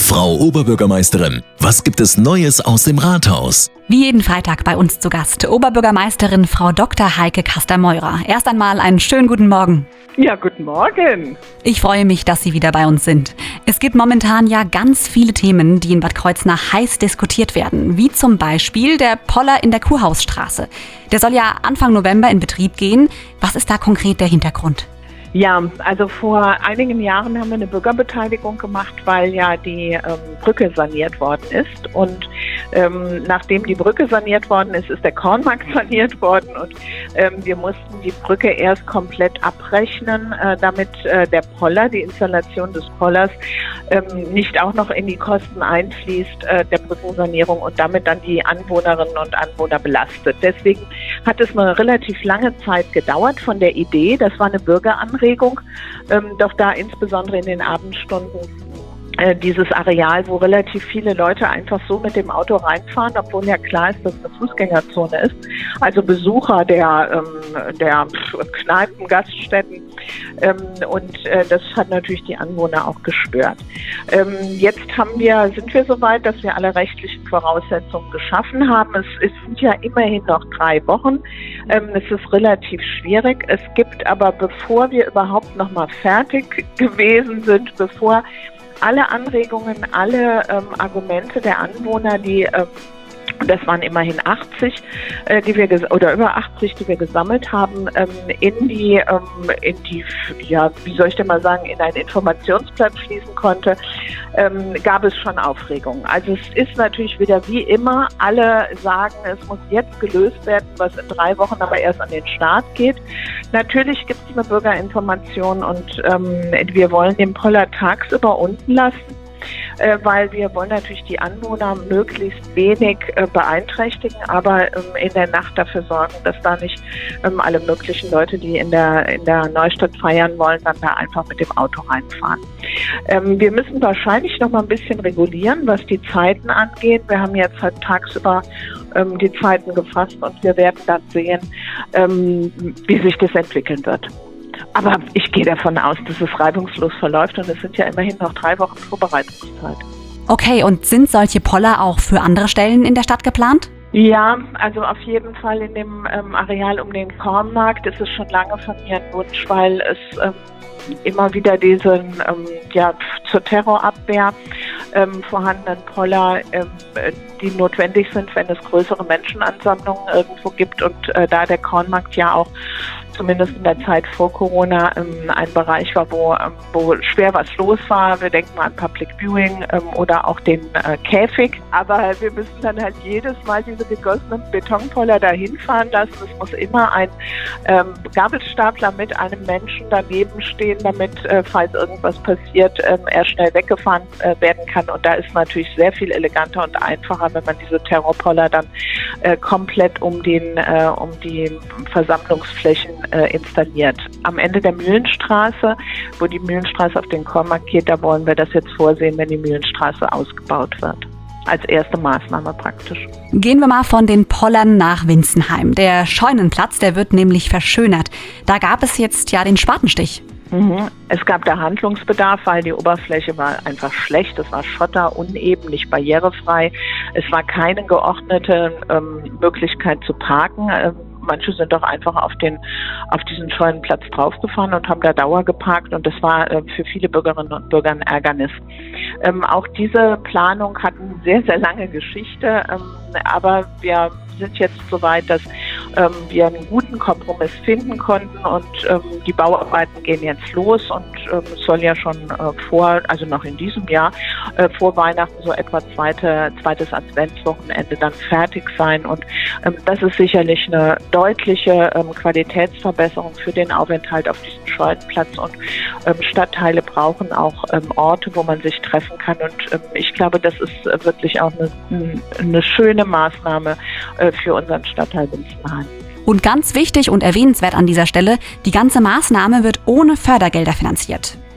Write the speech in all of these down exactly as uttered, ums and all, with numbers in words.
Frau Oberbürgermeisterin, was gibt es Neues aus dem Rathaus? Wie jeden Freitag bei uns zu Gast Oberbürgermeisterin Frau Doktor Heike Kaster-Meurer. Erst einmal einen schönen guten Morgen. Ja, guten Morgen. Ich freue mich, dass Sie wieder bei uns sind. Es gibt momentan ja ganz viele Themen, die in Bad Kreuznach heiß diskutiert werden. Wie zum Beispiel der Poller in der Kurhausstraße. Der soll ja Anfang November in Betrieb gehen. Was ist da konkret der Hintergrund? Ja, also vor einigen Jahren haben wir eine Bürgerbeteiligung gemacht, weil ja die ähm, Brücke saniert worden ist. Und ähm, nachdem die Brücke saniert worden ist, ist der Kornmarkt saniert worden. Und ähm, wir mussten die Brücke erst komplett abrechnen, äh, damit äh, der Poller, die Installation des Pollers, ähm, nicht auch noch in die Kosten einfließt äh, der Brückensanierung und damit dann die Anwohnerinnen und Anwohner belastet. Deswegen hat es eine relativ lange Zeit gedauert von der Idee, das war eine Bürgeranregung, Regung, ähm, doch da insbesondere in den Abendstunden äh, dieses Areal, wo relativ viele Leute einfach so mit dem Auto reinfahren, obwohl ja klar ist, dass es eine Fußgängerzone ist. Also Besucher der, ähm, der Kneipen, Gaststätten ähm, und äh, das hat natürlich die Anwohner auch gestört. Ähm, jetzt haben wir, sind wir so weit, dass wir alle rechtlichen Voraussetzungen geschaffen haben. Es, es sind ja immerhin noch drei Wochen. Ähm, es ist relativ schwierig. Es gibt aber, bevor wir überhaupt noch mal fertig gewesen sind, bevor alle Anregungen, alle ähm, Argumente der Anwohner, die ähm, das waren immerhin achtzig, äh, die wir oder über achtzig, die wir gesammelt haben, ähm, in die, ähm, in die, ja, wie soll ich denn mal sagen, in ein Informationsblatt fließen konnte, ähm, gab es schon Aufregung. Also es ist natürlich wieder wie immer, alle sagen, es muss jetzt gelöst werden, was in drei Wochen aber erst an den Start geht. Natürlich gibt es eine Bürgerinformation und ähm, wir wollen den Poller tagsüber unten lassen, Äh, weil wir wollen natürlich die Anwohner möglichst wenig äh, beeinträchtigen, aber ähm, in der Nacht dafür sorgen, dass da nicht ähm, alle möglichen Leute, die in der in der Neustadt feiern wollen, dann da einfach mit dem Auto reinfahren. Ähm, wir müssen wahrscheinlich noch mal ein bisschen regulieren, was die Zeiten angeht. Wir haben jetzt halt tagsüber ähm, die Zeiten gefasst und wir werden dann sehen, ähm, wie sich das entwickeln wird. Aber ich gehe davon aus, dass es reibungslos verläuft und es sind ja immerhin noch drei Wochen Vorbereitungszeit. Okay, und sind solche Poller auch für andere Stellen in der Stadt geplant? Ja, also auf jeden Fall in dem ähm, Areal um den Kornmarkt ist es schon lange von mir ein Wunsch, weil es ähm, immer wieder diesen ähm, ja, zur Terrorabwehr ähm, vorhandenen Poller, ähm, die notwendig sind, wenn es größere Menschenansammlungen irgendwo gibt und äh, da der Kornmarkt ja auch zumindest in der Zeit vor Corona ähm, ein Bereich war, wo, ähm, wo schwer was los war. Wir denken mal an Public Viewing ähm, oder auch den äh, Käfig. Aber wir müssen dann halt jedes Mal diese gegossenen Betonpoller dahin fahren lassen. Es muss immer ein ähm, Gabelstapler mit einem Menschen daneben stehen, damit, äh, falls irgendwas passiert, ähm, er schnell weggefahren äh, werden kann. Und da ist natürlich sehr viel eleganter und einfacher, wenn man diese Terrorpoller dann äh, komplett um, den, äh, um die Versammlungsflächen Äh, installiert. Am Ende der Mühlenstraße, wo die Mühlenstraße auf den Kornmarkt geht, da wollen wir das jetzt vorsehen, wenn die Mühlenstraße ausgebaut wird. Als erste Maßnahme praktisch. Gehen wir mal von den Pollern nach Winzenheim. Der Scheunenplatz, der wird nämlich verschönert. Da gab es jetzt ja den Spatenstich. Mhm. Es gab da Handlungsbedarf, weil die Oberfläche war einfach schlecht. Es war Schotter, uneben, nicht barrierefrei. Es war keine geordnete ähm, Möglichkeit zu parken. Ähm, Manche sind doch einfach auf den auf diesen Scheunenplatz draufgefahren und haben da Dauer geparkt und das war äh, für viele Bürgerinnen und Bürger ein Ärgernis. Ähm, auch diese Planung hat eine sehr, sehr lange Geschichte, ähm, aber wir sind jetzt so weit, dass ähm, wir einen guten Kompromiss finden konnten und ähm, die Bauarbeiten gehen jetzt los und ähm, es soll ja schon äh, vor, also noch in diesem Jahr, äh, vor Weihnachten so etwa zweite, zweites Adventswochenende dann fertig sein und ähm, das ist sicherlich eine deutliche ähm, Qualitätsverbesserung für den Aufenthalt auf diesem Scheunenplatz und ähm, Stadtteile brauchen auch ähm, Orte, wo man sich treffen kann und ähm, ich glaube, das ist äh, wirklich auch eine, eine schöne Maßnahme äh, für unseren Stadtteil Winzenheim. Und ganz wichtig und erwähnenswert an dieser Stelle, die ganze Maßnahme wird ohne Fördergelder finanziert.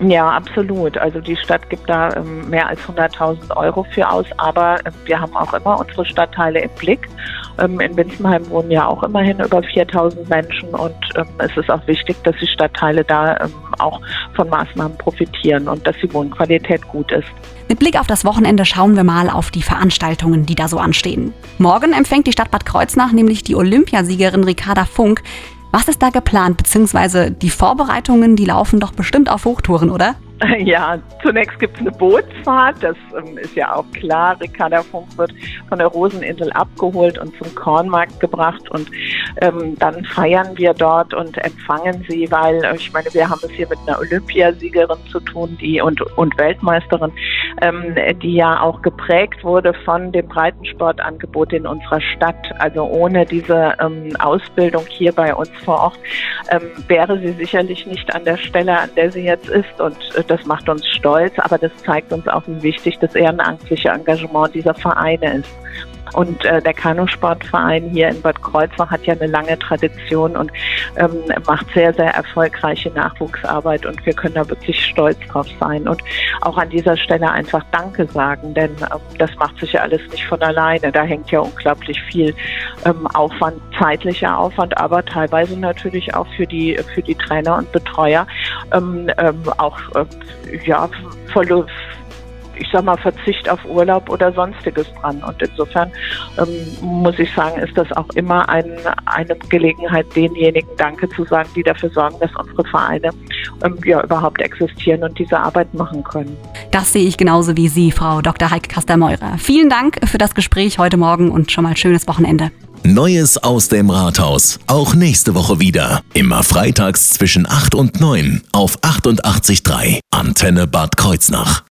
Ja, absolut. Also die Stadt gibt da ähm, mehr als hunderttausend Euro für aus, aber äh, wir haben auch immer unsere Stadtteile im Blick. Ähm, in Winzenheim wohnen ja auch immerhin über viertausend Menschen und ähm, es ist auch wichtig, dass die Stadtteile da ähm, auch von Maßnahmen profitieren und dass die Wohnqualität gut ist. Mit Blick auf das Wochenende schauen wir mal auf die Veranstaltungen, die da so anstehen. Morgen empfängt die Stadt Bad Kreuznach nämlich die Olympiasiegerin Ricarda Funk. Was ist da geplant, beziehungsweise die Vorbereitungen, die laufen doch bestimmt auf Hochtouren, oder? Ja, zunächst gibt es eine Bootsfahrt, das ähm, ist ja auch klar. Ricarda Funk wird von der Roseninsel abgeholt und zum Kornmarkt gebracht und ähm, dann feiern wir dort und empfangen sie, weil äh, ich meine, wir haben es hier mit einer Olympiasiegerin zu tun, die und, und Weltmeisterin, ähm, die ja auch geprägt wurde von dem Breitensportangebot in unserer Stadt. Also ohne diese ähm, Ausbildung hier bei uns vor Ort ähm, wäre sie sicherlich nicht an der Stelle, an der sie jetzt ist und äh, das macht uns stolz, aber das zeigt uns auch, wie wichtig das ehrenamtliche Engagement dieser Vereine ist. Und äh, der Kanusportverein hier in Bad Kreuznach hat ja eine lange Tradition und ähm, macht sehr, sehr erfolgreiche Nachwuchsarbeit und wir können da wirklich stolz drauf sein und auch an dieser Stelle einfach Danke sagen, denn ähm, das macht sich ja alles nicht von alleine. Da hängt ja unglaublich viel ähm, Aufwand, zeitlicher Aufwand, aber teilweise natürlich auch für die für die Trainer und Betreuer ähm, ähm, auch äh, ja volle ich sag mal, Verzicht auf Urlaub oder Sonstiges dran. Und insofern ähm, muss ich sagen, ist das auch immer ein, eine Gelegenheit, denjenigen Danke zu sagen, die dafür sorgen, dass unsere Vereine ähm, ja überhaupt existieren und diese Arbeit machen können. Das sehe ich genauso wie Sie, Frau Doktor Heike Kaster-Meurer. Vielen Dank für das Gespräch heute Morgen und schon mal schönes Wochenende. Neues aus dem Rathaus. Auch nächste Woche wieder. Immer freitags zwischen acht und neun auf achtundachtzig Komma drei. Antenne Bad Kreuznach.